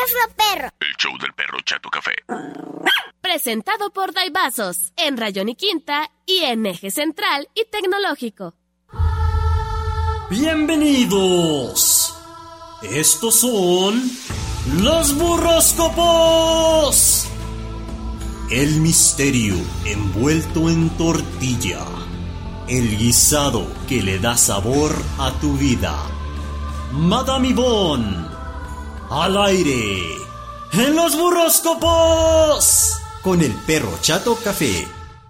Perro. El show del perro Chato Café. Presentado por Daibazos, en Rayón y Quinta y en Eje Central y Tecnológico. Bienvenidos. Estos son los burroscopos. El misterio envuelto en tortilla. El guisado que le da sabor a tu vida. Madame Yvonne, al aire, en los burroscopos, con el perro Chato Café.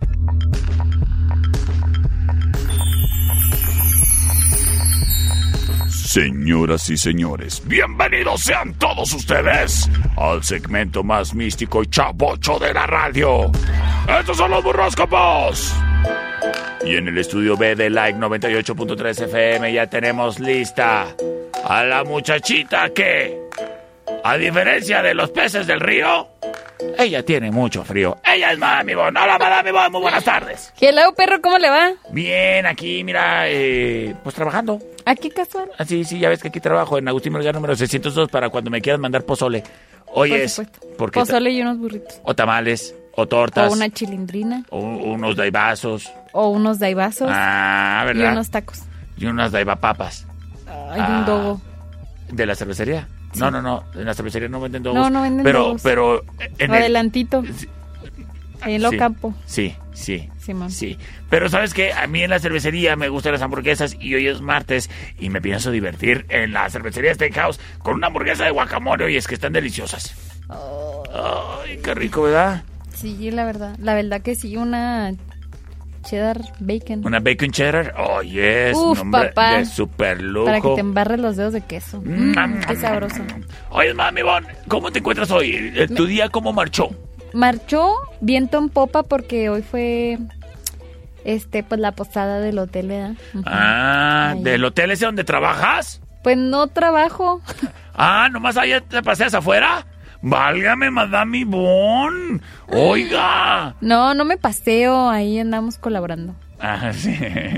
Señoras y señores, bienvenidos sean todos ustedes al segmento más místico y chavocho de la radio. Estos son los burroscopos. Y en el estudio B de Like 98.3 FM ya tenemos lista a la muchachita que, a diferencia de los peces del río, ella tiene mucho frío. Ella es Madame Yvonne. Hola, Madame Yvonne, muy buenas tardes. Hello, perro, ¿cómo le va? Bien, aquí, mira, pues trabajando. ¿Aquí casual? Ah, sí, ya ves que aquí trabajo en Agustín Melgar número 602 para cuando me quieras mandar pozole. Oye, porque pozole y unos burritos. O tamales, o tortas. O una chilindrina. O unos daibazos. O unos daibazos. Ah, ¿verdad? Y unos tacos. Y unas daibapapas. Ay, un dogo. ¿De la cervecería? Sí. No, en la cervecería no venden dogos. No venden dogos. Pero adelantito. Ahí en lo campo. Sí. Man. Sí. Pero ¿sabes qué? A mí en la cervecería me gustan las hamburguesas y hoy es martes y me pienso divertir en la cervecería Steakhouse con una hamburguesa de guacamole y es que están deliciosas. Ay, qué rico, ¿verdad? Sí, la verdad que sí, una cheddar bacon. Una bacon cheddar, yes, nombre papá, de super lujo. Para que te embarres los dedos de queso. Qué sabroso. Oye, Madame Yvonne, ¿cómo te encuentras hoy? ¿Tu día cómo marchó? Marchó viento en popa porque hoy fue pues la posada del hotel, ¿verdad? ¿Del hotel ese donde trabajas? Pues no trabajo. ¿Nomás allá te paseas afuera? Válgame, Madame Yvonne. Oiga. No me paseo, ahí andamos colaborando. Sí.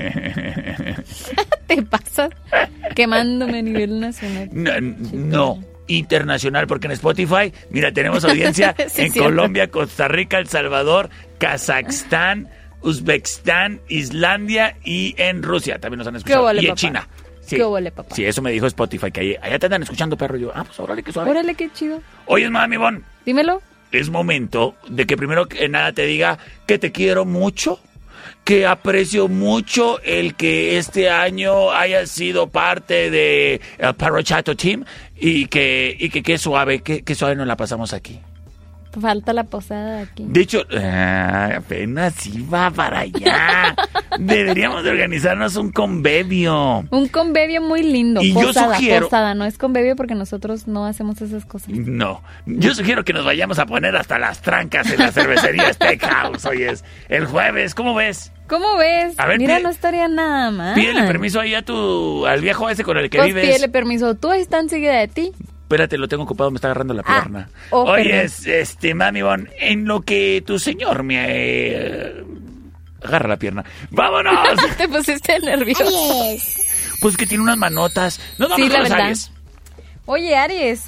¿Te pasas? Quemándome a nivel nacional. No. Internacional, porque en Spotify, mira, tenemos audiencia sí, en Colombia, Costa Rica, El Salvador, Kazajstán, Uzbekistán, Islandia y en Rusia. También nos han escuchado. Y en papá? China. Sí. ¿Qué huele, papá? Sí, eso me dijo Spotify, que allá te andan escuchando, perro. Yo, pues órale, qué suave. Órale, qué chido. Oye, Madame Yvonne. Dímelo. Es momento de que primero que nada te diga que te quiero mucho, que aprecio mucho el que este año haya sido parte de el Perro Chato Team y que qué suave nos la pasamos aquí. Falta la posada aquí. De hecho, apenas iba para allá. Deberíamos de organizarnos un convivio. Un convivio muy lindo. Y posada, yo sugiero... Posada, no es convivio porque nosotros no hacemos esas cosas. No, yo sugiero que nos vayamos a poner hasta las trancas en la cervecería Steakhouse. Hoy es el jueves, ¿cómo ves? ¿Cómo ves? A ver, mira, no estaría nada mal. Pídele permiso ahí al viejo ese con el que vives. Pídele permiso, tú estás enseguida de ti. Espérate, lo tengo ocupado, me está agarrando la pierna. Oye, Madame Yvonne, en lo que tu señor me agarra la pierna. ¡Vámonos! Te pusiste nervioso. Aries. Pues que tiene unas manotas. No vamos sí, con los Aries. Oye, Aries,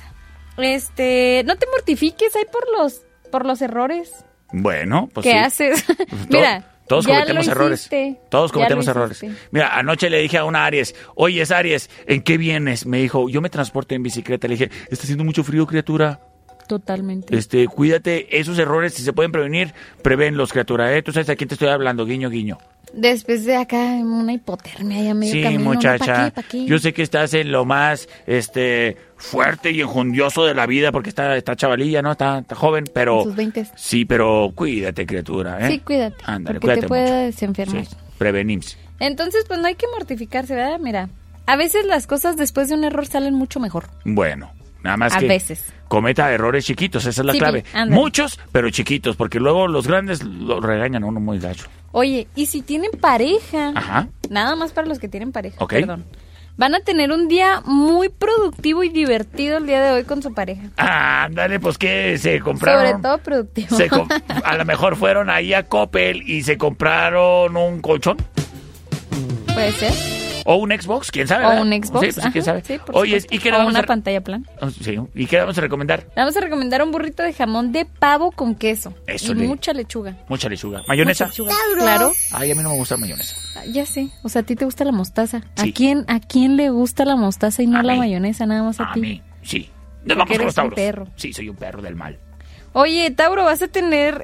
no te mortifiques ahí por los errores. Bueno, pues ¿Qué sí. haces? Mira. Todos cometemos errores. Todos cometemos errores. Mira, anoche le dije a una Aries, oye, Aries, ¿en qué vienes? Me dijo, yo me transporto en bicicleta. Le dije, está haciendo mucho frío, criatura. Totalmente. Cuídate, esos errores, si se pueden prevenir, prevénlos, criatura. Tú sabes a quién te estoy hablando, guiño, guiño. Después de acá, una hipotermia, ya medio camino. Sí, muchacha. ¿Pa qué? Yo sé que estás en lo más, fuerte y enjundioso de la vida, porque está chavalilla, ¿no? Está joven, pero... En sus 20. Sí, pero cuídate, criatura, ¿eh? Sí, cuídate. Ándale, porque cuídate te puedes enfermar. Sí, prevenimos. Entonces, pues no hay que mortificarse, ¿verdad? Mira, a veces las cosas después de un error salen mucho mejor. Bueno, nada más a que... veces. Cometa errores chiquitos, esa es la clave. Muchos, pero chiquitos, porque luego los grandes lo regañan a uno muy gacho. Oye, y si tienen pareja, ajá, nada más para los que tienen pareja, okay, perdón, van a tener un día muy productivo y divertido el día de hoy con su pareja. Ándale, pues que se compraron. Sobre todo productivo. A lo mejor fueron ahí a Coppel y se compraron un colchón. Puede ser. O un Xbox, quién sabe. O ¿verdad? un Xbox. Sí, pues, quién sabe. Sí, por Oye, supuesto. ¿y qué le O vamos una a pantalla plana. Sí, ¿y qué le vamos a recomendar? Le vamos a recomendar un burrito de jamón de pavo con queso. Eso y le- mucha lechuga. Mucha lechuga. ¿Mayonesa? Mucha lechuga. Claro. Ay, a mí no me gusta la mayonesa. Ya sé. O sea, a ti te gusta la mostaza. Sí. ¿A quién le gusta la mostaza y no A la mí. mayonesa? Nada más a ti. mí, sí. Nos Porque vamos con los eres un Tauros. perro. Sí, soy un perro del mal. Oye, Tauro, vas a tener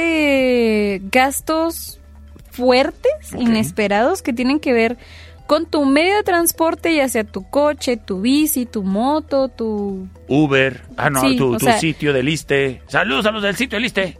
gastos fuertes, Ok. inesperados, que tienen que ver con tu medio de transporte, ya sea tu coche, tu bici, tu moto, tu... Uber. Ah, no, Sí, tu o sea- sitio del Iste. Saludos a los del sitio del Iste.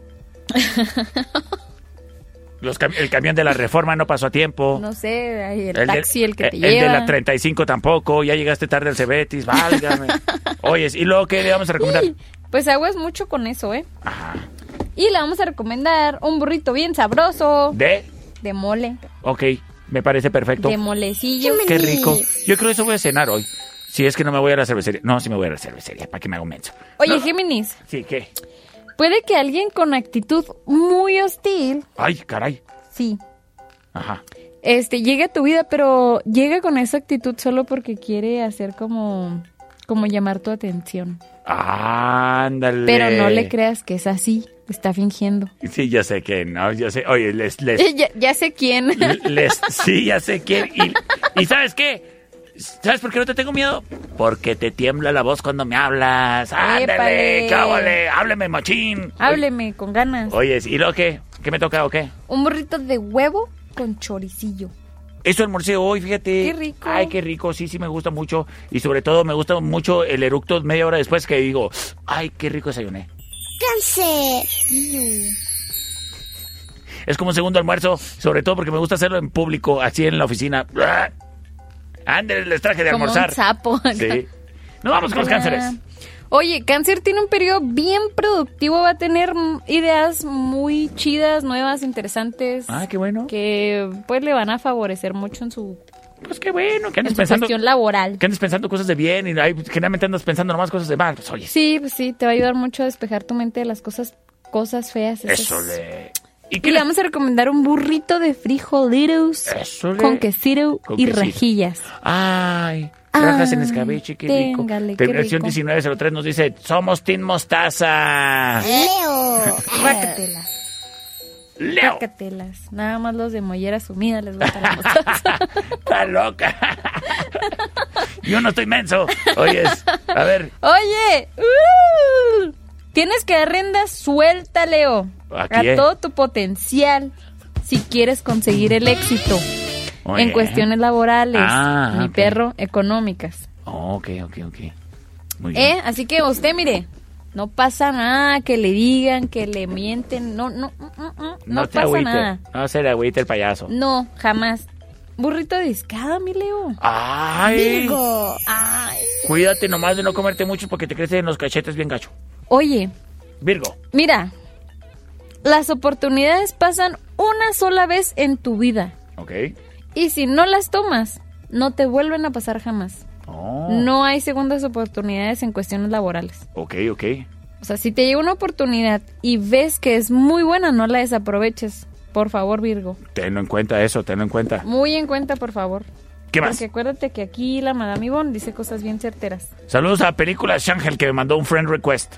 El camión de la Reforma no pasó a tiempo. No sé, ahí el de- taxi, el que te el lleva. de la 35 tampoco. Ya llegaste tarde al Cebetis. Válgame. Oyes, ¿y luego qué le vamos a recomendar? Pues aguas mucho con eso, ¿eh? Ajá. Y le vamos a recomendar un burrito bien sabroso De... de mole, Ok, me parece perfecto. de molecillo. Qué rico. Yo creo que eso voy a cenar hoy. Si es que no me voy a la cervecería. No, sí me voy a la cervecería. ¿Para qué me hago menso? Oye, No. Géminis, Sí, ¿qué? puede que alguien con actitud muy hostil, Ay, caray. sí, Ajá. llegue a tu vida, pero llega con esa actitud solo porque quiere hacer como llamar tu atención. Ándale. Pero no le creas que es así, está fingiendo. Sí, ya sé que no, ya sé. Oye, Ya sé quién. sí, ya sé quién. Y ¿sabes qué? ¿Sabes por qué no te tengo miedo? Porque te tiembla la voz cuando me hablas. Ándale, Épale. cábale, hábleme, machín. Hábleme con ganas. Oye, ¿y luego qué? ¿Qué me toca o qué? Un burrito de huevo con choricillo. Eso almorcé hoy, fíjate. Qué rico. Ay, qué rico, sí, me gusta mucho. Y sobre todo me gusta mucho el eructo media hora después que digo, ay, qué rico desayuné. Cáncer. Es como un segundo almuerzo, sobre todo porque me gusta hacerlo en público, así en la oficina. Ándale, les traje de Como almorzar. un sapo. acá. Sí. Nos vamos con los cánceres. Oye, Cáncer tiene un periodo bien productivo, va a tener ideas muy chidas, nuevas, interesantes, Ah, qué bueno. que pues le van a favorecer mucho en su, Pues qué bueno, que en andes su pensando, cuestión laboral. que andes pensando cosas de bien y ay, generalmente andas pensando nomás cosas de mal. Pues oye, Sí, pues sí, te va a ayudar mucho a despejar tu mente de las cosas feas. eso le... ¿Y Y le vamos a recomendar un burrito de frijolitos Eso le- con quesito con y quesito. rejillas. Ay, rajas en Ay, escabeche, qué rico. téngale, qué Terminación rico. 1903 nos dice, somos Team Mostaza. Leo. Rácatelas, Leo. rácatelas. Nada más los de mollera sumida les gusta la mostaza. Está loca. Yo no estoy menso. Oyes, a ver, Oye, tienes que dar rienda suelta, Leo, Aquí, a todo tu potencial si quieres conseguir el éxito Oye. en cuestiones laborales, mi ok. perro, económicas. Ok. Muy bien. Así que usted, mire, no pasa nada que le digan, que le mienten, no te pasa agüite. nada. No se le agüite el payaso. No, jamás. Burrito de discada, mi Leo. Ay, Virgo. Ay. cuídate nomás de no comerte mucho porque te crecen los cachetes bien gacho. Oye, Virgo. mira, las oportunidades pasan una sola vez en tu vida. Ok. Y si no las tomas, no te vuelven a pasar jamás. Oh. No hay segundas oportunidades en cuestiones laborales. Ok. O sea, si te llega una oportunidad y ves que es muy buena, no la desaproveches. Por favor, Virgo. Tenlo en cuenta eso, tenlo en cuenta. Muy en cuenta, por favor. ¿Qué más? Porque acuérdate que aquí la Madame Yvonne dice cosas bien certeras. Saludos a Películas Shangel que me mandó un friend request.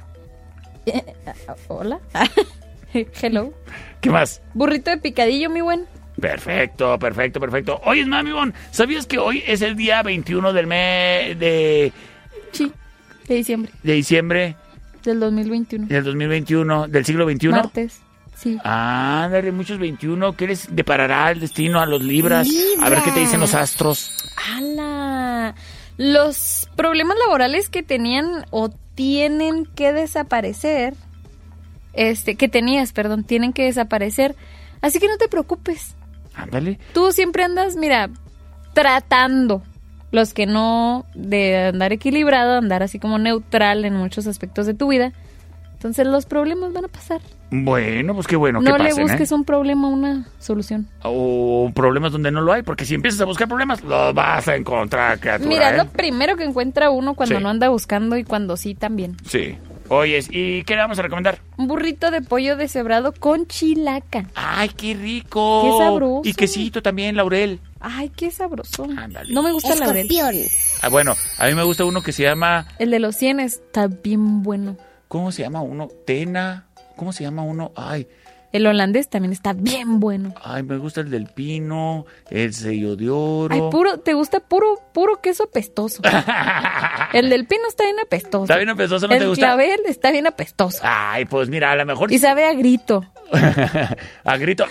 ¿Hola? Hello. ¿Qué más? Burrito de picadillo, mi buen. Perfecto. Oye, Mami Bon, ¿sabías que hoy es el día 21 del mes de Sí, de diciembre diciembre del 2021. del 2021, del siglo XXI? Martes. Sí. Ándale, muchos 21. ¿Qué les deparará el destino a los Libras? A ver qué te dicen los astros. ¡Hala! Los problemas laborales que tenían o tienen que desaparecer, que tenías, perdón, tienen que desaparecer. Así que no te preocupes. Ándale. Tú siempre andas, mira, tratando. Los que no, de andar equilibrado, andar así como neutral en muchos aspectos de tu vida. Entonces los problemas van a pasar. Bueno, pues qué bueno No que le pasen, busques un problema, una solución. O problemas donde no lo hay, porque si empiezas a buscar problemas, los vas a encontrar, criatura. Mira, es ¿eh? lo primero que encuentra uno cuando Sí. no anda buscando y cuando sí también. Sí. Oyes, ¿y qué le vamos a recomendar? Un burrito de pollo deshebrado con chilaca. ¡Ay, qué rico! Qué sabroso. Y quesito también, laurel. Ay, qué sabroso. Ándale. No me gusta el laurel. Escorpión. Bueno, a mí me gusta uno que se llama... El de los 100 está bien bueno. ¿Cómo se llama uno? Tena. ¿Cómo se llama uno? Ay, El holandés también está bien bueno. me gusta el del pino, el sello de oro. Ay, te gusta puro queso apestoso. El del pino está bien apestoso. ¿Está bien apestoso? ¿No te gusta? El clavel está bien apestoso. Ay, pues mira, a lo mejor... Y sabe a grito. A grito.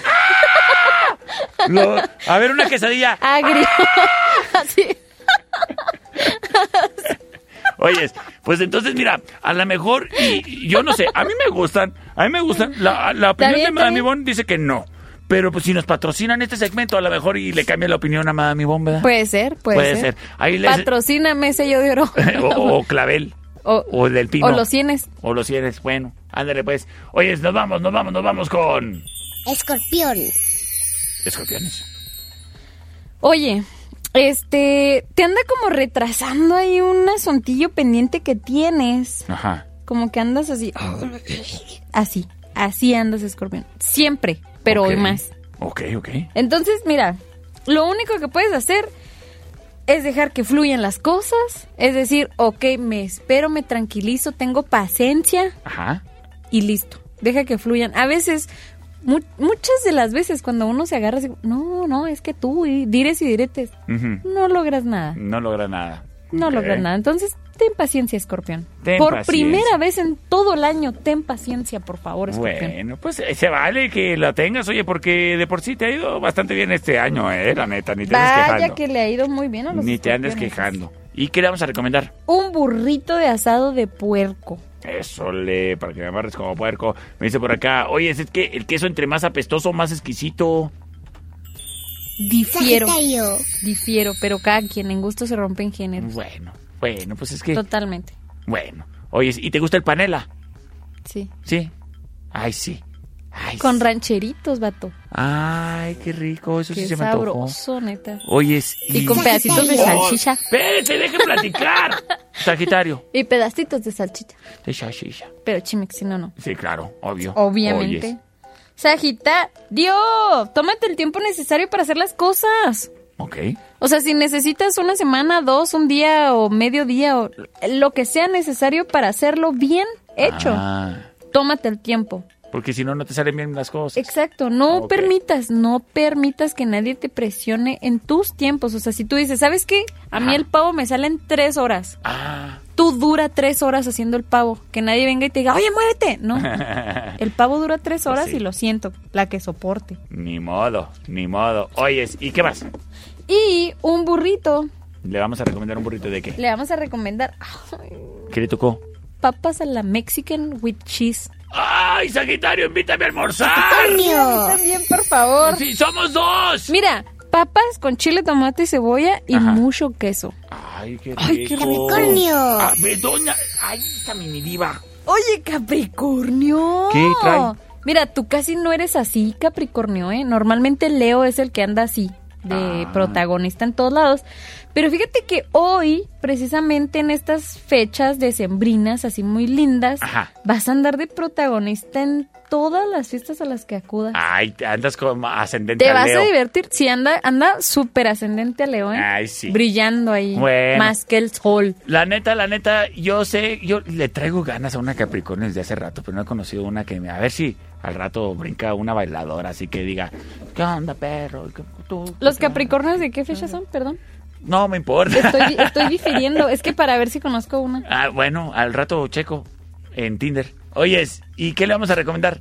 ¡Ah! A ver, una quesadilla. A grito. Así. Oyes, pues entonces mira, a lo mejor, y yo no sé, a mí me gustan. La opinión de Madame Ivonne dice que no. Pero pues si nos patrocinan este segmento, a lo mejor y le cambia la opinión a Madame Ivonne, ¿verdad? Puede ser. Puede ser. Ahí Patrocíname sello de oro. o clavel. O del pino. O los cienes. O los cienes, bueno, ándale pues. Oyes, nos vamos con... Escorpión. Escorpiones. Oye, te anda como retrasando ahí un asuntillo pendiente que tienes. Ajá. Como que andas así. Así andas, Escorpión. Siempre, pero hoy más. Ok. Entonces, mira, lo único que puedes hacer es dejar que fluyan las cosas. Es decir, ok, me espero, me tranquilizo, tengo paciencia. Ajá. Y listo. Deja que fluyan. A veces... muchas de las veces cuando uno se agarra así, no, es que tú, y dires y diretes, no logras nada. No logra nada. No Ok. logras nada. Entonces, ten paciencia, Escorpión. Ten Por paciencia. primera vez en todo el año, ten paciencia, por favor, Escorpión. Bueno, pues se vale que la tengas, oye, porque de por sí te ha ido bastante bien este año, la neta, ni te andes Vaya quejando. que le ha ido muy bien a los Ni te andes escorpiones. quejando. ¿Y qué le vamos a recomendar? Un burrito de asado de puerco. Eso para que me amarres como puerco. Me dice por acá, oye, es que el queso entre más apestoso, más exquisito. Difiero, pero cada quien en gusto se rompe en géneros. Bueno, pues es que... Totalmente. Bueno, oye, ¿y te gusta el panela? Sí. ¿Sí? Ay, sí. Ay, Con sí. rancheritos, vato. Ay, qué rico, eso Qué sí se me antojó. sabroso, neta. Oyes, Y con pedacitos de salchicha. ¡Espérense, dejen platicar! Sagitario. Y pedacitos de salchicha. De salchicha. Pero Chimex, si no. Sí, claro, obvio. Obviamente. Oyes. Sagitario, tómate el tiempo necesario para hacer las cosas. Ok. O sea, si necesitas una semana, 2, un día o medio día, o lo que sea necesario para hacerlo bien hecho, tómate el tiempo. Porque si no, no te salen bien las cosas. Exacto, no Ok. permitas que nadie te presione en tus tiempos. O sea, si tú dices, ¿sabes qué? A mí el pavo me sale en 3 horas. Tú dura 3 horas haciendo el pavo. Que nadie venga y te diga, oye, muévete. No, el pavo dura 3 horas sí. y lo siento, la que soporte. Ni modo. Oyes, ¿y qué más? Y un burrito, Le vamos a recomendar un burrito de qué. le vamos a recomendar ¿Qué le tocó? papas a la Mexican with cheese. ¡Ay, Sagitario, invítame a almorzar! También, por favor. ¡Sí, somos 2! Mira, papas con chile, tomate y cebolla y Ajá. mucho queso. ¡Ay, qué rico! Ay, qué rico. Capricornio. Doña... ¡Ay, esta mini diva! Oye, Capricornio. ¿Qué trae? Mira, tú casi no eres así, Capricornio, ¿eh? Normalmente Leo es el que anda así, de protagonista en todos lados. Pero fíjate que hoy, precisamente en estas fechas decembrinas, así muy lindas, Ajá. vas a andar de protagonista en todas las fiestas a las que acudas. ¡Ay, andas como ascendente Te a vas Leo! a divertir. Sí, anda súper ascendente a Leo, ¿eh? Ay, sí. Brillando ahí, Bueno. más que el sol. La neta, yo le traigo ganas a una Capricornio desde hace rato, pero no he conocido una que a ver si al rato brinca una bailadora, así que diga, ¿qué onda, perro? ¿Los Capricornios de qué fecha son? Perdón. No me importa. Estoy difiriendo. Es que para ver si conozco una. Bueno, al rato checo en Tinder. Oyes, ¿y qué le vamos a recomendar?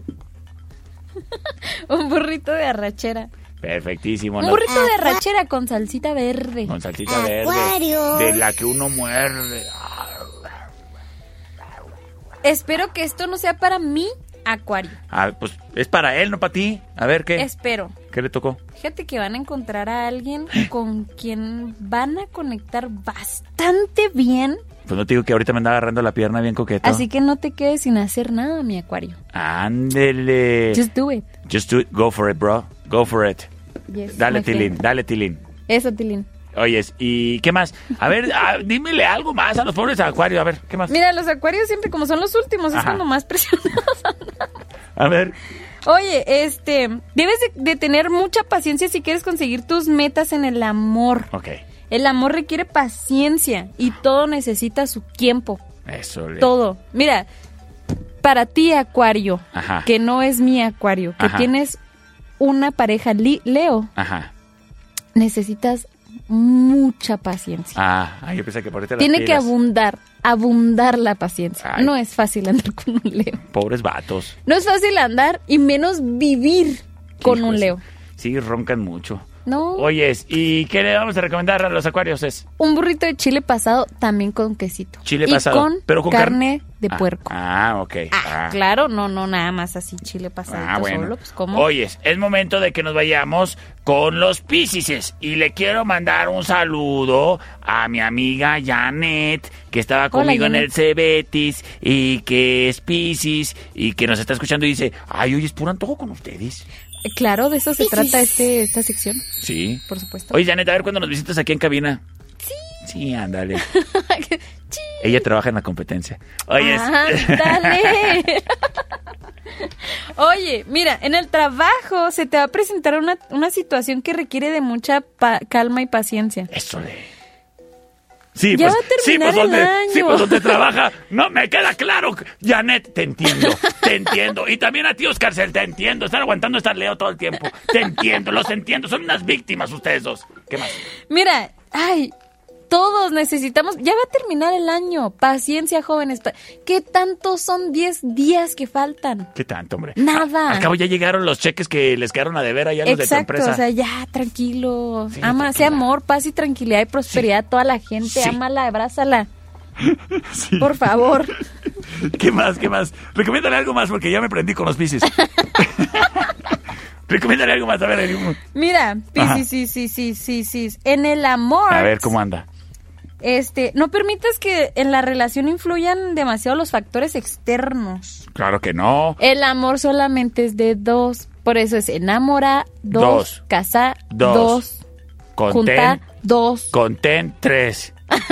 Un burrito de arrachera. Perfectísimo. Un ¿no? burrito de arrachera con salsita verde. Con salsita verde. Acuario. De la que uno muerde. Espero que esto no sea para mí, Acuario. Pues es para él, no para ti. A ver, ¿qué? Espero. ¿Qué le tocó? Fíjate que van a encontrar a alguien con quien van a conectar bastante bien. Pues no te digo que ahorita me anda agarrando la pierna bien coqueto. Así que no te quedes sin hacer nada, mi Acuario. Ándele. Just do it. Just do it. Go for it, bro. Go for it. Yes, Dale, my friend. Tilín. Dale, Tilín. Eso, Tilín. Oyes, ¿y qué más? A ver, dímele algo más a los pobres Acuario. A ver, ¿qué más? Mira, los Acuarios siempre, como son los últimos, es Ajá. cuando más presionados. A ver. Oye, debes de tener mucha paciencia si quieres conseguir tus metas en el amor. Ok. El amor requiere paciencia y todo necesita su tiempo. Eso. Todo. Mira, para ti, Acuario, Ajá. que no es mi Acuario, que Ajá. tienes una pareja Leo, Ajá. necesitas mucha paciencia. Yo pensé que por ahorita Tiene que abundar la paciencia. Ay. No es fácil andar con un Leo. Pobres vatos. No es fácil andar y menos vivir con un Hijos. Leo. Sí, roncan mucho. No. Oyes, ¿y qué le vamos a recomendar a los acuarios? Un burrito de chile pasado también con quesito. Chile y pasado. Con carne de puerco. Ok. Claro, no nada más así chile pasado Bueno. solo. Pues, ¿cómo? Oyes, es momento de que nos vayamos con los Piscises. Y le quiero mandar un saludo a mi amiga Janet, que estaba conmigo en el Cebetis y que es Piscis y que nos está escuchando y dice, ay, oye, es puro antojo con ustedes. Claro, de eso se trata esta sección. Sí. Por supuesto. Oye, Janet, a ver cuando nos visitas aquí en cabina. Sí, ándale. Ella trabaja en la competencia. Oyes. Ándale. Oye, mira, en el trabajo se te va a presentar una situación que requiere de mucha calma y paciencia. Eso le... Sí, ya pues, va a terminar el año. Sí, pues donde trabaja. No, me queda claro. Janet, te entiendo. Y también a ti, Oscarcel, te entiendo. Estar aguantando estar Leo todo el tiempo. Te entiendo, los entiendo. Son unas víctimas ustedes dos. ¿Qué más? Mira, todos necesitamos... Ya va a terminar el año. Paciencia, jóvenes. ¿Qué tanto son 10 días que faltan? ¿Qué tanto, hombre? Nada. Al cabo ya llegaron los cheques que les quedaron a deber allá los de tu empresa. O sea, ya, tranquilo. Sí, Ama, sea amor, paz y tranquilidad y prosperidad a toda la gente. Sí. Ámala, abrázala. Sí. Por favor. ¿Qué más? Recomiéndale algo más porque ya me prendí con los Piscis. Recomiéndale algo más, a ver. Mira, sí. En el amor... A ver, ¿cómo anda? No permitas que en la relación influyan demasiado los factores externos. Claro que no. El amor solamente es de dos. Por eso es enamora, dos. Casar, dos. Juntar, dos. Contén, 3.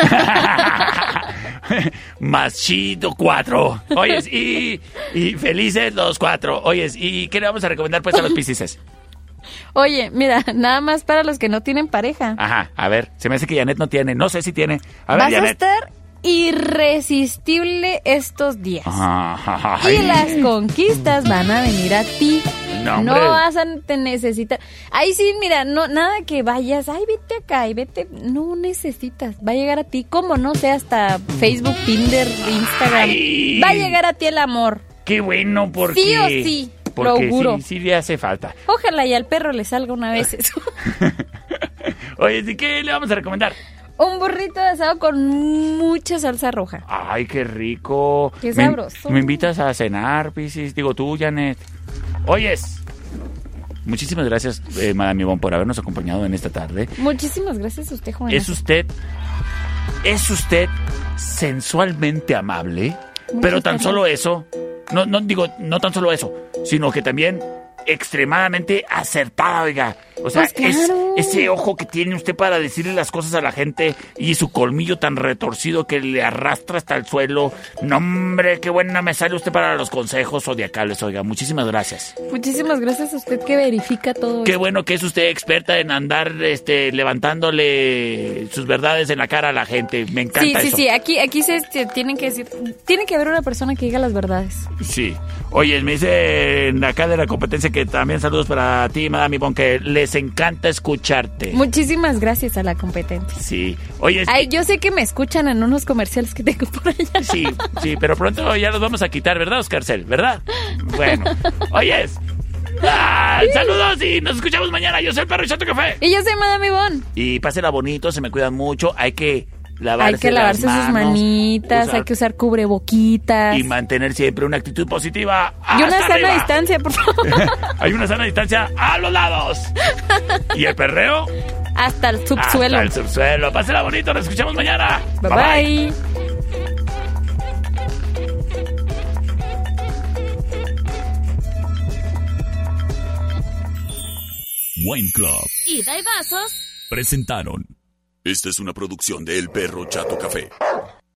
Más chido, 4. Oyes, y felices los 4. Oyes, ¿y qué le vamos a recomendar pues a los Piscises? Oye, mira, nada más para los que no tienen pareja. Ajá, a ver, se me hace que Janet no tiene. No sé si tiene. A ver, Vas Janet. a estar irresistible estos días. Ay. Y las conquistas van a venir a ti. No, No hombre. vas a te necesitar. Ahí sí, mira, no nada que vayas, vete acá y vete. No necesitas. Va a llegar a ti, como no sé, hasta Facebook, Tinder, Instagram. Ay. Va a llegar a ti el amor. Qué bueno, porque... Sí o sí, porque lo auguro. sí le hace falta. Ojalá y al perro le salga una vez eso. Oye, ¿y qué le vamos a recomendar? Un burrito de asado con mucha salsa roja. Ay, qué rico. Qué sabroso. ¿Me invitas a cenar, Piscis? Digo tú, Janet. Oyes. Muchísimas gracias, Madame Ivonne, por habernos acompañado en esta tarde. Muchísimas gracias a usted, joven. Es usted sensualmente amable, pero tan solo eso, no tan solo eso, sino que también extremadamente acertada, oiga. O sea, Pues claro. es ese ojo que tiene usted para decirle las cosas a la gente y su colmillo tan retorcido que le arrastra hasta el suelo. No, hombre, qué buena me sale usted para los consejos zodiacales, oiga. Muchísimas gracias. Muchísimas gracias a usted que verifica todo. Qué bueno que es usted experta en andar levantándole sus verdades en la cara a la gente. Me encanta eso. Sí. Aquí se tienen que decir, tiene que haber una persona que diga las verdades. Sí. Oye, me dicen acá de la competencia que también saludos para ti, Madame Ivonne, que les encanta escucharte. Muchísimas gracias a la competencia. Sí. Oye, Yo sé que me escuchan en unos comerciales que tengo por allá. sí, pero pronto ya los vamos a quitar, ¿verdad, Oscarcel? ¿Verdad? Bueno. Oyes. Saludos y nos escuchamos mañana. Yo soy el Perro Chato Café. Y yo soy Madame Ivonne. Y pásela bonito, se me cuidan mucho. Hay que lavarse lavarse sus las manos, manitas, hay que usar cubreboquitas. y mantener siempre una actitud positiva. Y una hasta sana arriba. distancia, por favor. Hay una sana distancia a los lados. Y el perreo Hasta el subsuelo. hasta el subsuelo. Pásela bonito, nos escuchamos mañana. Bye. Wine Club Ida y Vasos presentaron. Esta es una producción de El Perro Chato Café.